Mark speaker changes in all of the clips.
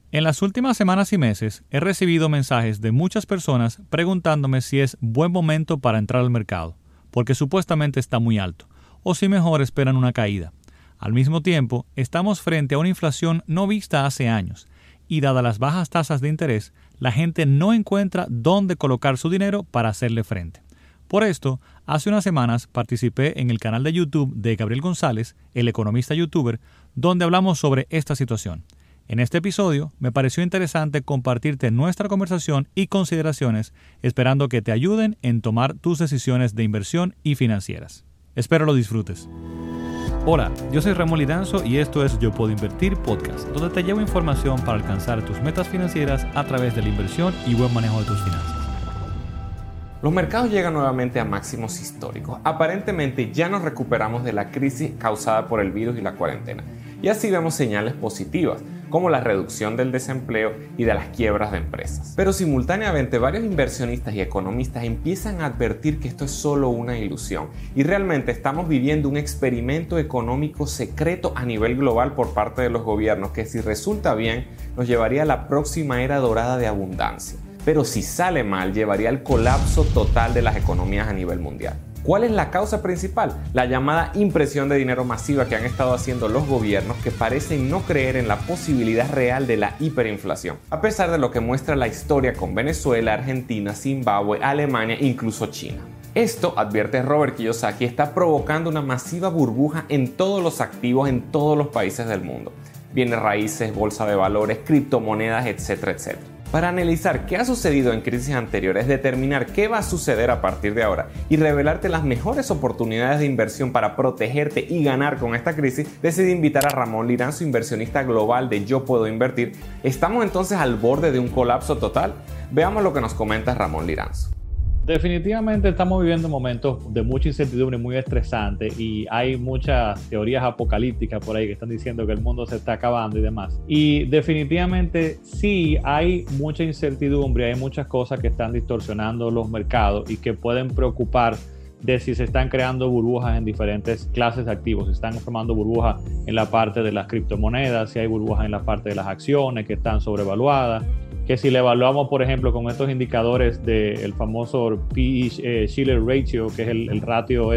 Speaker 1: En las últimas semanas y meses he recibido mensajes de muchas personas preguntándome si es buen momento para entrar al mercado, porque supuestamente está muy alto, o si mejor esperan una caída. Al mismo tiempo, estamos frente a una inflación no vista hace años, y dadas las bajas tasas de interés, la gente no encuentra dónde colocar su dinero para hacerle frente. Por esto, hace unas semanas participé en el canal de YouTube de Gabriel González, el economista youtuber, donde hablamos sobre esta situación. En este episodio me pareció interesante compartirte nuestra conversación y consideraciones, esperando que te ayuden en tomar tus decisiones de inversión y financieras. Espero lo disfrutes. Hola, yo soy Ramón Liranzo y esto es Yo Puedo Invertir Podcast, donde te llevo información para alcanzar tus metas financieras a través de la inversión y buen manejo de tus finanzas.
Speaker 2: Los mercados llegan nuevamente a máximos históricos. Aparentemente ya nos recuperamos de la crisis causada por el virus y la cuarentena. Y así vemos señales positivas, como la reducción del desempleo y de las quiebras de empresas. Pero simultáneamente varios inversionistas y economistas empiezan a advertir que esto es solo una ilusión y realmente estamos viviendo un experimento económico secreto a nivel global por parte de los gobiernos que, si resulta bien, nos llevaría a la próxima era dorada de abundancia. Pero si sale mal, llevaría al colapso total de las economías a nivel mundial. ¿Cuál es la causa principal? La llamada impresión de dinero masiva que han estado haciendo los gobiernos, que parecen no creer en la posibilidad real de la hiperinflación, a pesar de lo que muestra la historia con Venezuela, Argentina, Zimbabue, Alemania e incluso China. Esto, advierte Robert Kiyosaki, está provocando una masiva burbuja en todos los activos en todos los países del mundo. Bienes raíces, bolsa de valores, criptomonedas, etcétera, etcétera. Para analizar qué ha sucedido en crisis anteriores, determinar qué va a suceder a partir de ahora y revelarte las mejores oportunidades de inversión para protegerte y ganar con esta crisis, decidí invitar a Ramón Liranzo, inversionista global de Yo Puedo Invertir. ¿Estamos entonces al borde de un colapso total? Veamos lo que nos comenta Ramón Liranzo.
Speaker 1: Definitivamente estamos viviendo momentos de mucha incertidumbre, muy estresante, y hay muchas teorías apocalípticas por ahí que están diciendo que el mundo se está acabando y demás. Y definitivamente sí hay mucha incertidumbre, hay muchas cosas que están distorsionando los mercados y que pueden preocupar de si se están creando burbujas en diferentes clases de activos. Se están formando burbujas en la parte de las criptomonedas, si hay burbujas en la parte de las acciones que están sobrevaluadas, que si le evaluamos, por ejemplo, con estos indicadores del famoso P/E-Shiller Ratio, que es el ratio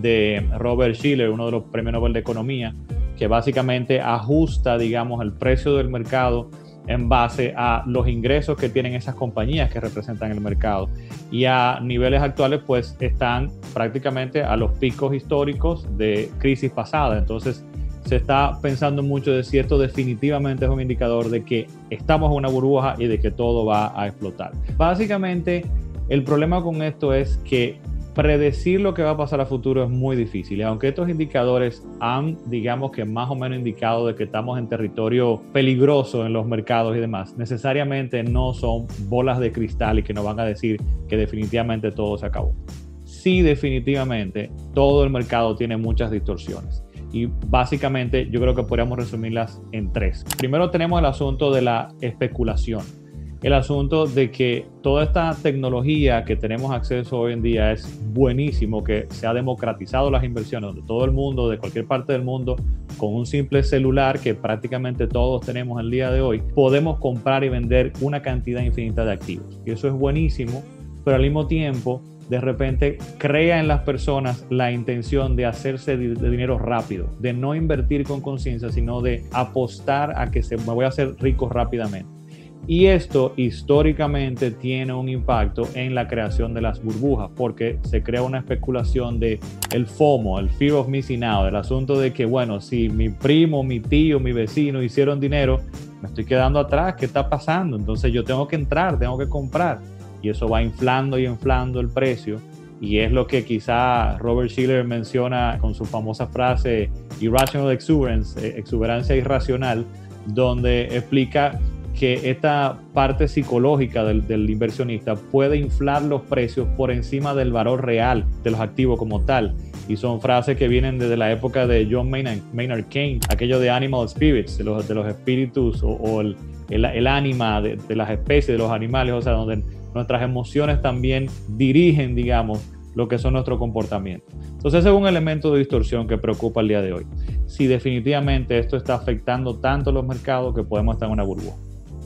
Speaker 1: de Robert Shiller, uno de los premios Nobel de Economía, que básicamente ajusta, digamos, el precio del mercado en base a los ingresos que tienen esas compañías que representan el mercado. Y a niveles actuales, pues, están prácticamente a los picos históricos de crisis pasada. Entonces, se está pensando mucho de si esto definitivamente es un indicador de que estamos en una burbuja y de que todo va a explotar. Básicamente, el problema con esto es que predecir lo que va a pasar a futuro es muy difícil. Y aunque estos indicadores han, digamos que más o menos indicado de que estamos en territorio peligroso en los mercados y demás, necesariamente no son bolas de cristal y que nos van a decir que definitivamente todo se acabó. Sí, definitivamente, todo el mercado tiene muchas distorsiones. Y básicamente yo creo que podríamos resumirlas en tres. Primero tenemos el asunto de la especulación. El asunto de que toda esta tecnología que tenemos acceso hoy en día es buenísimo, que se ha democratizado las inversiones, donde todo el mundo, de cualquier parte del mundo, con un simple celular que prácticamente todos tenemos el día de hoy, podemos comprar y vender una cantidad infinita de activos. Y eso es buenísimo, pero al mismo tiempo, de repente crea en las personas la intención de hacerse de dinero rápido, de no invertir con conciencia, sino de apostar a que me voy a hacer rico rápidamente. Y esto históricamente tiene un impacto en la creación de las burbujas, porque se crea una especulación de el FOMO, el Fear of Missing Out, el asunto de que, bueno, si mi primo, mi tío, mi vecino hicieron dinero, me estoy quedando atrás, ¿qué está pasando? Entonces yo tengo que entrar, tengo que comprar. Y eso va inflando y inflando el precio, y es lo que quizá Robert Shiller menciona con su famosa frase Irrational Exuberance, exuberancia irracional, donde explica que esta parte psicológica del inversionista puede inflar los precios por encima del valor real de los activos como tal. Y son frases que vienen desde la época de John Maynard Keynes, aquello de animal spirits, de los espíritus o el ánima de las especies, de los animales, o sea, donde nuestras emociones también dirigen, digamos, lo que son nuestros comportamientos. Entonces ese es un elemento de distorsión que preocupa el día de hoy. Si definitivamente esto está afectando tanto los mercados que podemos estar en una burbuja.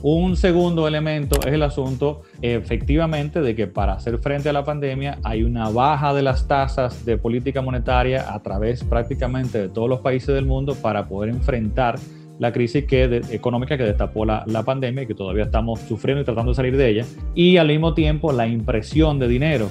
Speaker 1: Un segundo elemento es el asunto efectivamente de que para hacer frente a la pandemia hay una baja de las tasas de política monetaria a través prácticamente de todos los países del mundo para poder enfrentar la crisis económica que destapó la pandemia y que todavía estamos sufriendo y tratando de salir de ella, y al mismo tiempo la impresión de dinero.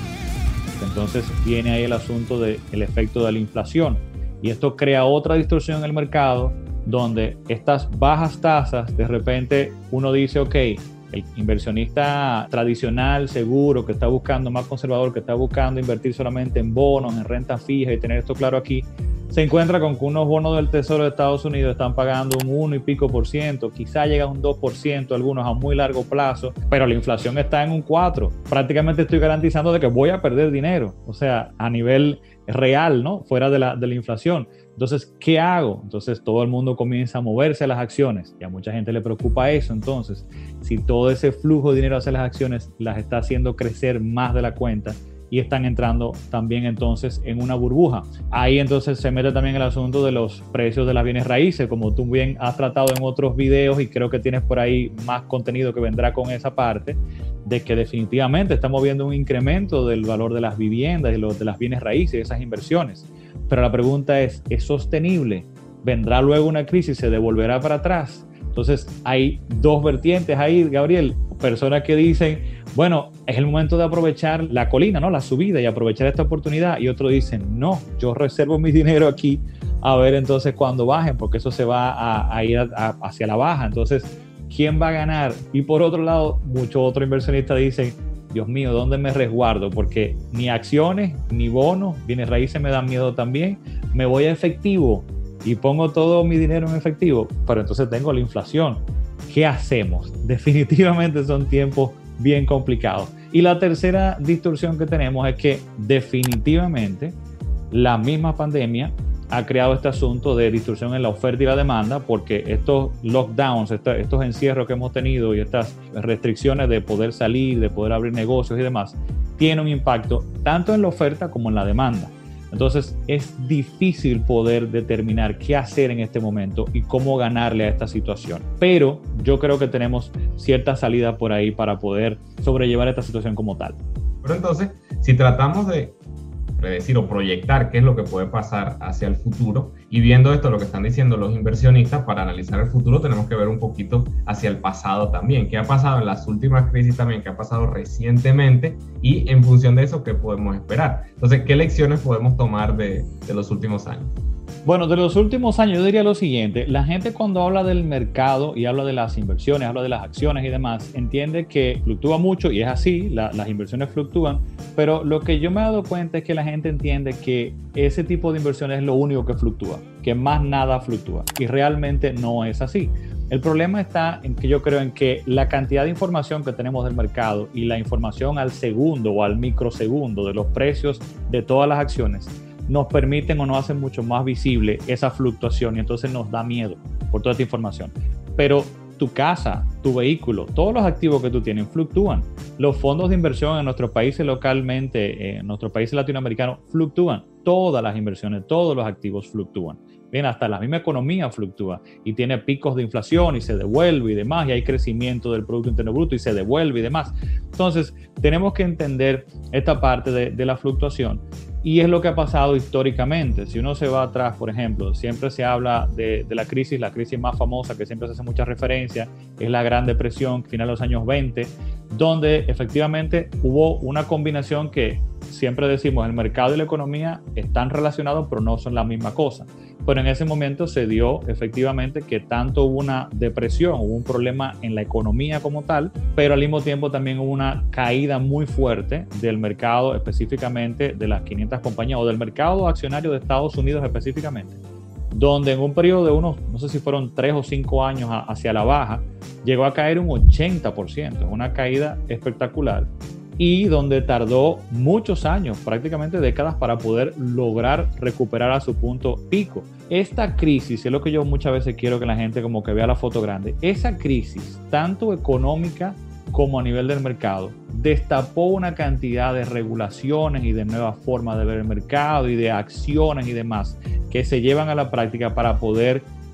Speaker 1: Entonces viene ahí el asunto del efecto de la inflación, y esto crea otra distorsión en el mercado donde estas bajas tasas, de repente uno dice, ok, el inversionista tradicional, seguro, que está buscando, más conservador, que está buscando invertir solamente en bonos, en renta fija y tener esto claro aquí, se encuentra con que unos bonos del Tesoro de Estados Unidos están pagando un 1 y pico por ciento, quizá llega a un 2%, algunos a muy largo plazo, pero la inflación está en un 4%. Prácticamente estoy garantizando de que voy a perder dinero, o sea, a nivel real, ¿no? Fuera de la inflación. Entonces, ¿qué hago? Entonces, todo el mundo comienza a moverse a las acciones y a mucha gente le preocupa eso. Entonces, si todo ese flujo de dinero hacia las acciones las está haciendo crecer más de la cuenta, y están entrando también entonces en una burbuja. Ahí entonces se mete también el asunto de los precios de las bienes raíces, como tú bien has tratado en otros videos, y creo que tienes por ahí más contenido que vendrá con esa parte, de que definitivamente estamos viendo un incremento del valor de las viviendas y de las bienes raíces, esas inversiones. Pero la pregunta ¿es sostenible? ¿Vendrá luego una crisis y se devolverá para atrás? Entonces hay dos vertientes ahí, Gabriel. Personas que dicen, bueno, es el momento de aprovechar la colina, ¿no? La subida, y aprovechar esta oportunidad. Y otros dicen, no, yo reservo mi dinero aquí a ver entonces cuando bajen, porque eso se va a ir hacia la baja. Entonces, ¿quién va a ganar? Y por otro lado, muchos otros inversionistas dicen, Dios mío, ¿dónde me resguardo? Porque ni acciones, ni bonos, bienes raíces me dan miedo también. Me voy a efectivo y pongo todo mi dinero en efectivo, pero entonces tengo la inflación. ¿Qué hacemos? Definitivamente son tiempos bien complicados. Y la tercera distorsión que tenemos es que definitivamente la misma pandemia ha creado este asunto de distorsión en la oferta y la demanda, porque estos lockdowns, estos encierros que hemos tenido y estas restricciones de poder salir, de poder abrir negocios y demás, tienen un impacto tanto en la oferta como en la demanda. Entonces es difícil poder determinar qué hacer en este momento y cómo ganarle a esta situación. Pero yo creo que tenemos cierta salida por ahí para poder sobrellevar esta situación como tal.
Speaker 2: Pero entonces, si tratamos de predecir o proyectar qué es lo que puede pasar hacia el futuro, y viendo esto, lo que están diciendo los inversionistas, para analizar el futuro tenemos que ver un poquito hacia el pasado también, qué ha pasado en las últimas crisis también, qué ha pasado recientemente, y en función de eso, qué podemos esperar. Entonces, ¿qué lecciones podemos tomar de los últimos años?
Speaker 1: Bueno, de los últimos años yo diría lo siguiente: la gente cuando habla del mercado y habla de las inversiones, habla de las acciones y demás, entiende que fluctúa mucho, y es así, las inversiones fluctúan, pero lo que yo me he dado cuenta es que la gente entiende que ese tipo de inversiones es lo único que fluctúa, que más nada fluctúa, y realmente no es así. El problema está en que yo creo en que la cantidad de información que tenemos del mercado y la información al segundo o al microsegundo de los precios de todas las acciones nos permiten o nos hacen mucho más visible esa fluctuación, y entonces nos da miedo por toda esta información. Pero tu casa, tu vehículo, todos los activos que tú tienes fluctúan. Los fondos de inversión en nuestros países localmente, en nuestros países latinoamericanos, fluctúan. Todas las inversiones, todos los activos fluctúan. Bien, hasta la misma economía fluctúa y tiene picos de inflación y se devuelve y demás, y hay crecimiento del Producto Interno Bruto y se devuelve y demás. Entonces, tenemos que entender esta parte de la fluctuación. Y es lo que ha pasado históricamente. Si uno se va atrás, por ejemplo, siempre se habla de la crisis más famosa, que siempre se hace mucha referencia, es la Gran Depresión, final de los años 20, donde efectivamente hubo una combinación que siempre decimos, el mercado y la economía están relacionados, pero no son la misma cosa. Pero en ese momento se dio efectivamente que tanto hubo una depresión, hubo un problema en la economía como tal, pero al mismo tiempo también hubo una caída muy fuerte del mercado, específicamente de las 500 compañías, o del mercado accionario de Estados Unidos específicamente, donde en un periodo de unos, no sé si fueron 3 o 5 años hacia la baja, llegó a caer un 80%, una caída espectacular, y donde tardó muchos años, prácticamente décadas, para poder lograr recuperar a su punto pico. Esta crisis, es lo que yo muchas veces quiero que la gente como que vea la foto grande, esa crisis, tanto económica como a nivel del mercado, destapó una cantidad de regulaciones y de nuevas formas de ver el mercado y de acciones y demás que se llevan a la práctica para poder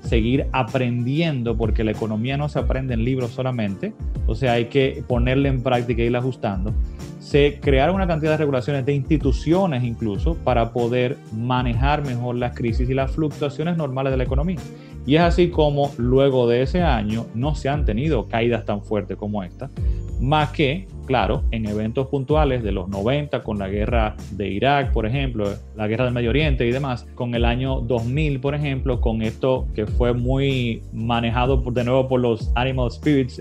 Speaker 1: seguir aprendiendo, porque la economía no se aprende en libros solamente, o sea, hay que ponerla en práctica e irla ajustando. Se crearon una cantidad de regulaciones de instituciones incluso para poder manejar mejor las crisis y las fluctuaciones normales de la economía. Y es así como luego de ese año no se han tenido caídas tan fuertes como esta, más que, claro, en eventos puntuales de los 90, con la guerra de Irak, por ejemplo, la guerra del Medio Oriente y demás, con el año 2000, por ejemplo, con esto que fue muy manejado de nuevo por los animal spirits,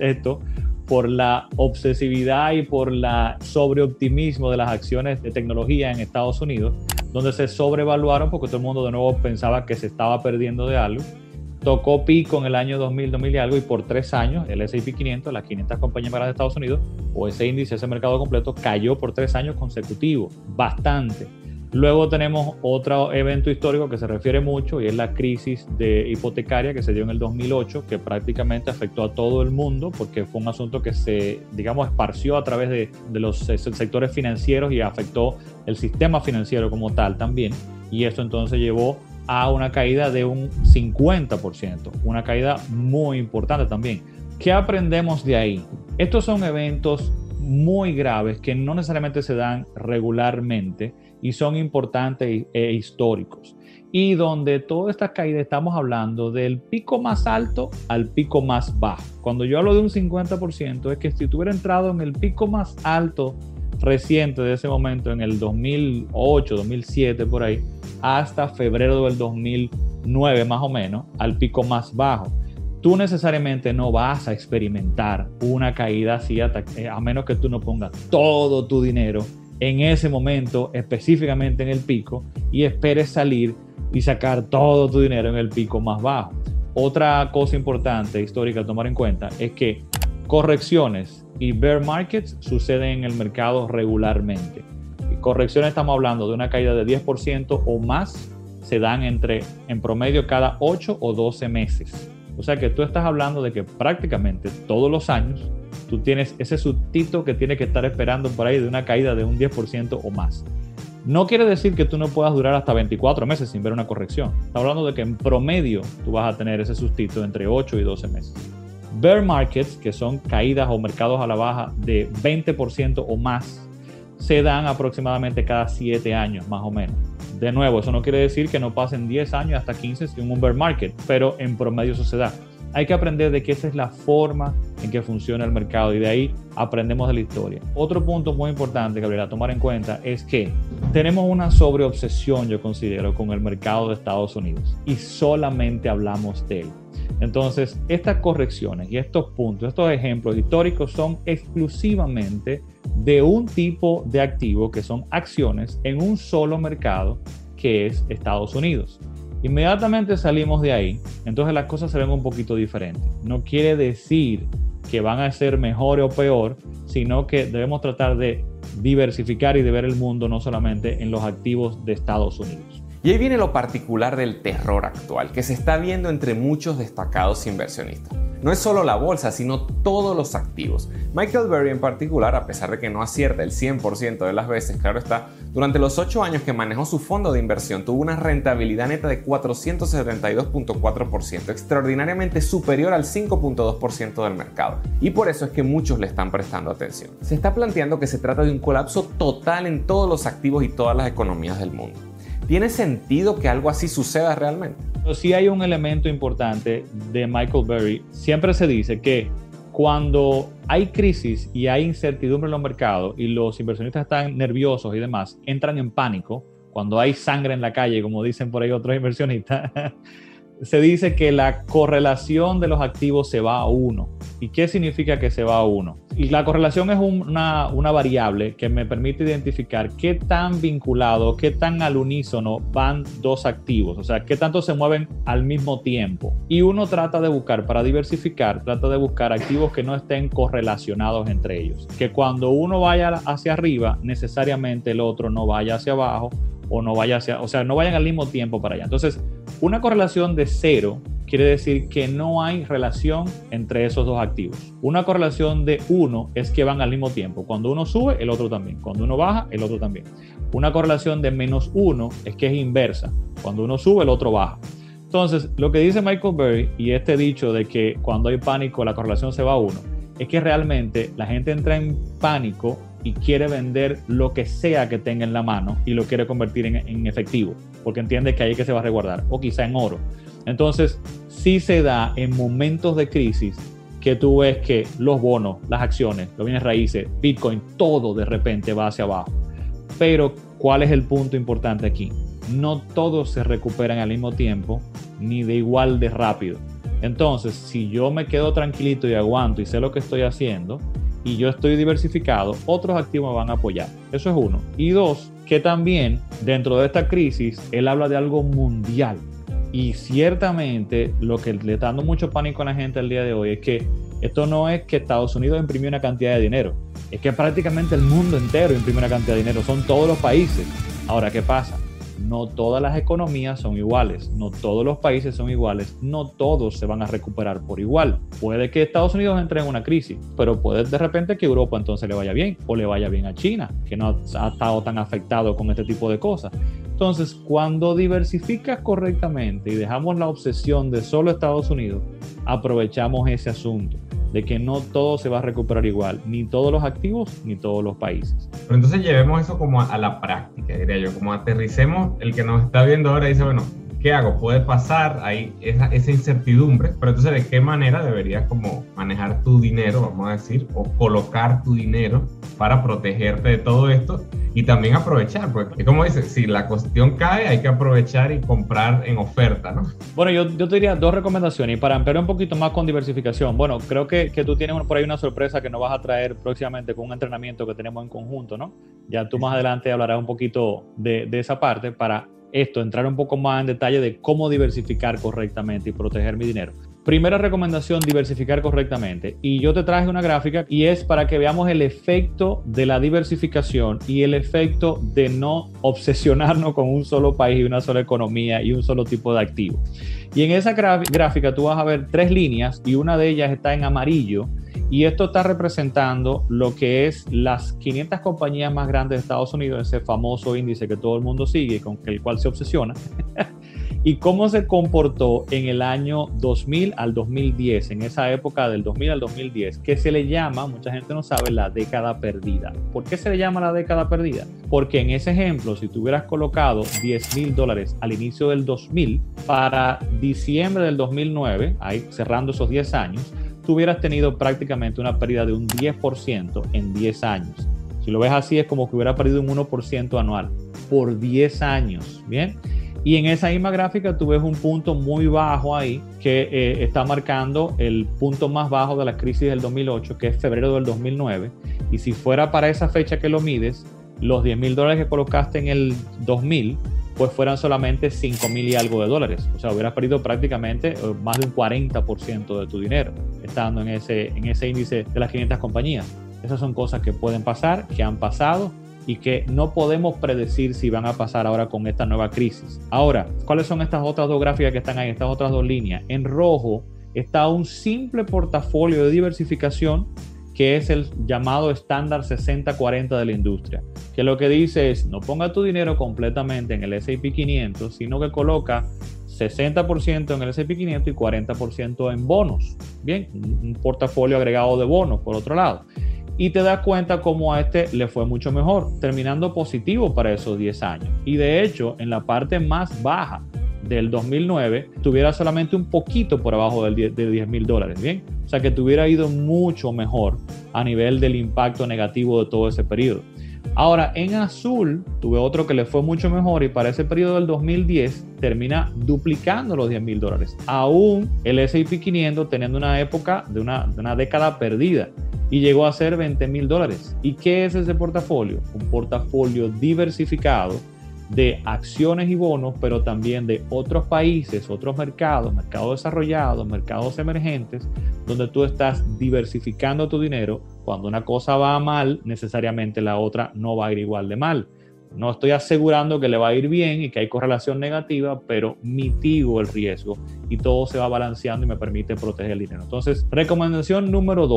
Speaker 1: por la obsesividad y por la sobreoptimismo de las acciones de tecnología en Estados Unidos, donde se sobrevaluaron porque todo el mundo de nuevo pensaba que se estaba perdiendo de algo. Tocó pico en el año 2000, 2000 y algo, y por 3 años el S&P 500, las 500 compañías más grandes de Estados Unidos, o ese índice, ese mercado completo, cayó por 3 años consecutivos, bastante. Luego tenemos otro evento histórico que se refiere mucho y es la crisis hipotecaria que se dio en el 2008, que prácticamente afectó a todo el mundo porque fue un asunto que se, digamos, esparció a través de los sectores financieros y afectó el sistema financiero como tal también. Y esto entonces llevó a una caída de un 50%, una caída muy importante también. ¿Qué aprendemos de ahí? Estos son eventos muy graves que no necesariamente se dan regularmente y son importantes e históricos. Y donde toda esta caída estamos hablando del pico más alto al pico más bajo. Cuando yo hablo de un 50% es que si tú hubieras entrado en el pico más alto reciente de ese momento, en el 2008, 2007 por ahí, hasta febrero del 2009 más o menos, al pico más bajo, tú necesariamente no vas a experimentar una caída así a menos que tú no pongas todo tu dinero en ese momento, específicamente en el pico, y esperes salir y sacar todo tu dinero en el pico más bajo. Otra cosa importante, histórica a tomar en cuenta, es que correcciones y bear markets suceden en el mercado regularmente. Y correcciones, estamos hablando de una caída de 10% o más, se dan en promedio cada 8 o 12 meses. O sea que tú estás hablando de que prácticamente todos los años tú tienes ese sustito que tienes que estar esperando por ahí de una caída de un 10% o más. No quiere decir que tú no puedas durar hasta 24 meses sin ver una corrección. Estamos hablando de que en promedio tú vas a tener ese sustito entre 8 y 12 meses. Bear markets, que son caídas o mercados a la baja de 20% o más, se dan aproximadamente cada 7 años, más o menos. De nuevo, eso no quiere decir que no pasen 10 años hasta 15 sin un bear market, pero en promedio eso se da. Hay que aprender de que esa es la forma en que funciona el mercado y de ahí aprendemos de la historia. Otro punto muy importante, Gabriel, a tomar en cuenta es que tenemos una sobreobsesión, yo considero, con el mercado de Estados Unidos y solamente hablamos de él. Entonces, estas correcciones y estos puntos, estos ejemplos históricos son exclusivamente de un tipo de activo que son acciones en un solo mercado que es Estados Unidos. Inmediatamente salimos de ahí, entonces las cosas se ven un poquito diferentes. No quiere decir que van a ser mejor o peor, sino que debemos tratar de diversificar y de ver el mundo no solamente en los activos de Estados Unidos.
Speaker 2: Y ahí viene lo particular del terror actual que se está viendo entre muchos destacados inversionistas. No es solo la bolsa, sino todos los activos. Michael Burry en particular, a pesar de que no acierta el 100% de las veces, claro está, durante los 8 años que manejó su fondo de inversión tuvo una rentabilidad neta de 472.4%, extraordinariamente superior al 5.2% del mercado. Y por eso es que muchos le están prestando atención. Se está planteando que se trata de un colapso total en todos los activos y todas las economías del mundo. ¿Tiene sentido que algo así suceda realmente?
Speaker 1: Sí hay un elemento importante de Michael Burry. Siempre se dice que cuando hay crisis y hay incertidumbre en los mercados y los inversionistas están nerviosos y demás, entran en pánico, cuando hay sangre en la calle, como dicen por ahí otros inversionistas, se dice que la correlación de los activos se va a 1. ¿Y qué significa que se va a 1? Y la correlación es una variable que me permite identificar qué tan vinculado, qué tan al unísono van dos activos, o sea, qué tanto se mueven al mismo tiempo. Y uno trata de buscar, para diversificar, trata de buscar activos que no estén correlacionados entre ellos. Que cuando uno vaya hacia arriba, necesariamente el otro no vaya hacia abajo o no vaya no vayan al mismo tiempo para allá. Entonces, una correlación de 0 quiere decir que no hay relación entre esos dos activos. Una correlación de 1 es que van al mismo tiempo. Cuando uno sube, el otro también. Cuando uno baja, el otro también. Una correlación de -1 es que es inversa. Cuando uno sube, el otro baja. Entonces, lo que dice Michael Burry y este dicho de que cuando hay pánico la correlación se va a 1, es que realmente la gente entra en pánico y quiere vender lo que sea que tenga en la mano y lo quiere convertir en efectivo, porque entiende que ahí es que se va a resguardar, o quizá en oro. Entonces, sí se da en momentos de crisis que tú ves que los bonos, las acciones, los bienes raíces, Bitcoin, todo de repente va hacia abajo. Pero, ¿cuál es el punto importante aquí? No todos se recuperan al mismo tiempo, ni de igual de rápido. Entonces, si yo me quedo tranquilito y aguanto y sé lo que estoy haciendo, y yo estoy diversificado, otros activos me van a apoyar. Eso es uno. Y dos, que también dentro de esta crisis, él habla de algo mundial. Y ciertamente lo que le está dando mucho pánico a la gente el día de hoy es que esto no es que Estados Unidos imprimió una cantidad de dinero, es que prácticamente el mundo entero imprime una cantidad de dinero, son todos los países. Ahora, ¿qué pasa? No todas las economías son iguales, no todos los países son iguales, no todos se van a recuperar por igual. Puede que Estados Unidos entre en una crisis, pero puede de repente que Europa entonces le vaya bien, o le vaya bien a China, que no ha estado tan afectado con este tipo de cosas. Entonces, cuando diversificas correctamente y dejamos la obsesión de solo Estados Unidos, aprovechamos ese asunto de que no todo se va a recuperar igual, ni todos los activos, ni todos los países.
Speaker 2: Pero entonces llevemos eso como a la práctica, diría yo, como aterricemos, el que nos está viendo ahora dice, bueno, ¿qué hago? Puede pasar, hay esa incertidumbre, pero entonces ¿de qué manera deberías como manejar tu dinero, vamos a decir, o colocar tu dinero para protegerte de todo esto y también aprovechar? Porque como dice, si la cuestión cae, hay que aprovechar y comprar en oferta, ¿no?
Speaker 1: Bueno, yo te diría 2 recomendaciones y para ampliar un poquito más con diversificación. Bueno, creo que tú tienes por ahí una sorpresa que nos vas a traer próximamente con un entrenamiento que tenemos en conjunto, ¿no? Ya tú más adelante hablarás un poquito de esa parte para entrar un poco más en detalle de cómo diversificar correctamente y proteger mi dinero. Primera recomendación, diversificar correctamente. Y yo te traje una gráfica y es para que veamos el efecto de la diversificación y el efecto de no obsesionarnos con un solo país y una sola economía y un solo tipo de activo. Y en esa gráfica tú vas a ver 3 líneas y una de ellas está en amarillo. Y esto está representando lo que es las 500 compañías más grandes de Estados Unidos, ese famoso índice que todo el mundo sigue, con el cual se obsesiona, y cómo se comportó en el año 2000 al 2010, en esa época del 2000 al 2010, que se le llama, mucha gente no sabe, la década perdida. ¿Por qué se le llama la década perdida? Porque en ese ejemplo, si tú hubieras colocado $10,000 al inicio del 2000, para diciembre del 2009, ahí cerrando esos 10 años, tú hubieras tenido prácticamente una pérdida de un 10% en 10 años. Si lo ves así, es como que hubiera perdido un 1% anual por 10 años, ¿bien? Y en esa misma gráfica tú ves un punto muy bajo ahí que está marcando el punto más bajo de la crisis del 2008, que es febrero del 2009. Y si fuera para esa fecha que lo mides, los $10,000 que colocaste en el 2000, pues fueran solamente 5,000 y algo de dólares. O sea, hubieras perdido prácticamente más de un 40% de tu dinero estando en ese índice de las 500 compañías. Esas son cosas que pueden pasar, que han pasado y que no podemos predecir si van a pasar ahora con esta nueva crisis. Ahora, ¿cuáles son estas otras 2 gráficas que están ahí, estas otras 2 líneas? En rojo está un simple portafolio de diversificación que es el llamado estándar 60-40 de la industria, que lo que dice es no ponga tu dinero completamente en el S&P 500, sino que coloca 60% en el S&P 500 y 40% en bonos. Bien, un portafolio agregado de bonos por otro lado. Y te das cuenta cómo a este le fue mucho mejor, terminando positivo para esos 10 años. Y de hecho, en la parte más baja del 2009, tuviera solamente un poquito por abajo de $10,000, ¿bien? O sea que te hubiera ido mucho mejor a nivel del impacto negativo de todo ese periodo. Ahora, en azul, tuve otro que le fue mucho mejor y para ese periodo del 2010 termina duplicando los $10,000. Aún el S&P 500 teniendo una época de una década perdida y llegó a ser $20,000. ¿Y qué es ese portafolio? Un portafolio diversificado de acciones y bonos, pero también de otros países, otros mercados, mercados desarrollados, mercados emergentes, donde tú estás diversificando tu dinero. Cuando una cosa va mal, necesariamente la otra no va a ir igual de mal. No estoy asegurando que le va a ir bien y que hay correlación negativa, pero mitigo el riesgo y todo se va balanceando y me permite proteger el dinero. Entonces, recomendación número 2,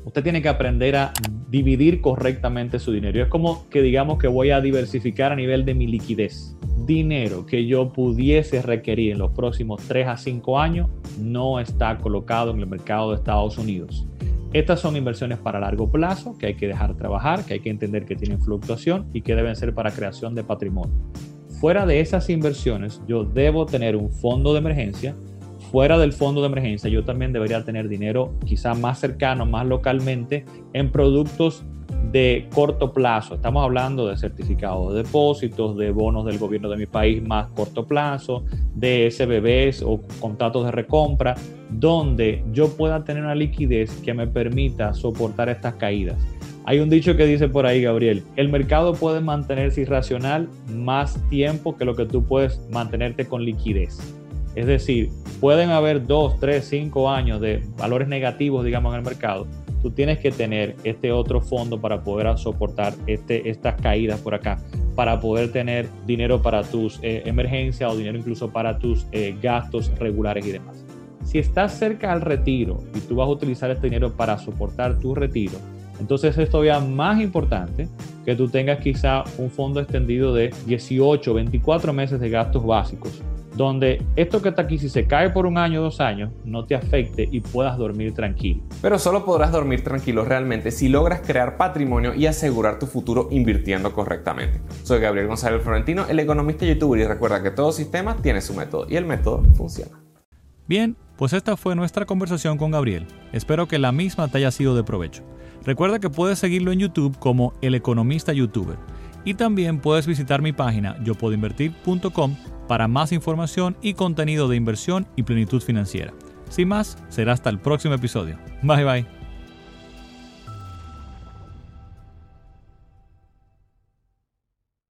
Speaker 1: Usted tiene que aprender a dividir correctamente su dinero. Es como que digamos que voy a diversificar a nivel de mi liquidez. Dinero que yo pudiese requerir en los próximos 3 a 5 años no está colocado en el mercado de Estados Unidos. Estas son inversiones para largo plazo que hay que dejar trabajar, que hay que entender que tienen fluctuación y que deben ser para creación de patrimonio. Fuera de esas inversiones, yo debo tener un fondo de emergencia. Fuera del fondo de emergencia, yo también debería tener dinero quizá más cercano, más localmente, en productos de corto plazo. Estamos hablando de certificados de depósitos, de bonos del gobierno de mi país más corto plazo, de SBBs o contratos de recompra, donde yo pueda tener una liquidez que me permita soportar estas caídas. Hay un dicho que dice por ahí, Gabriel, el mercado puede mantenerse irracional más tiempo que lo que tú puedes mantenerte con liquidez. Es decir, pueden haber 2, 3, 5 años de valores negativos, digamos, en el mercado. Tú tienes que tener este otro fondo para poder soportar estas caídas por acá, para poder tener dinero para tus emergencias o dinero incluso para tus gastos regulares y demás. Si estás cerca al retiro y tú vas a utilizar este dinero para soportar tu retiro, entonces es todavía más importante que tú tengas quizá un fondo extendido de 18, 24 meses de gastos básicos, donde esto que está aquí, si se cae por 1 año o 2 años, no te afecte y puedas dormir tranquilo.
Speaker 2: Pero solo podrás dormir tranquilo realmente si logras crear patrimonio y asegurar tu futuro invirtiendo correctamente. Soy Gabriel González Florentino, el economista youtuber, y recuerda que todo sistema tiene su método y el método funciona.
Speaker 3: Bien, pues esta fue nuestra conversación con Gabriel. Espero que la misma te haya sido de provecho. Recuerda que puedes seguirlo en YouTube como El Economista Youtuber. Y también puedes visitar mi página yopuedoinvertir.com para más información y contenido de inversión y plenitud financiera. Sin más, será hasta el próximo episodio. Bye bye.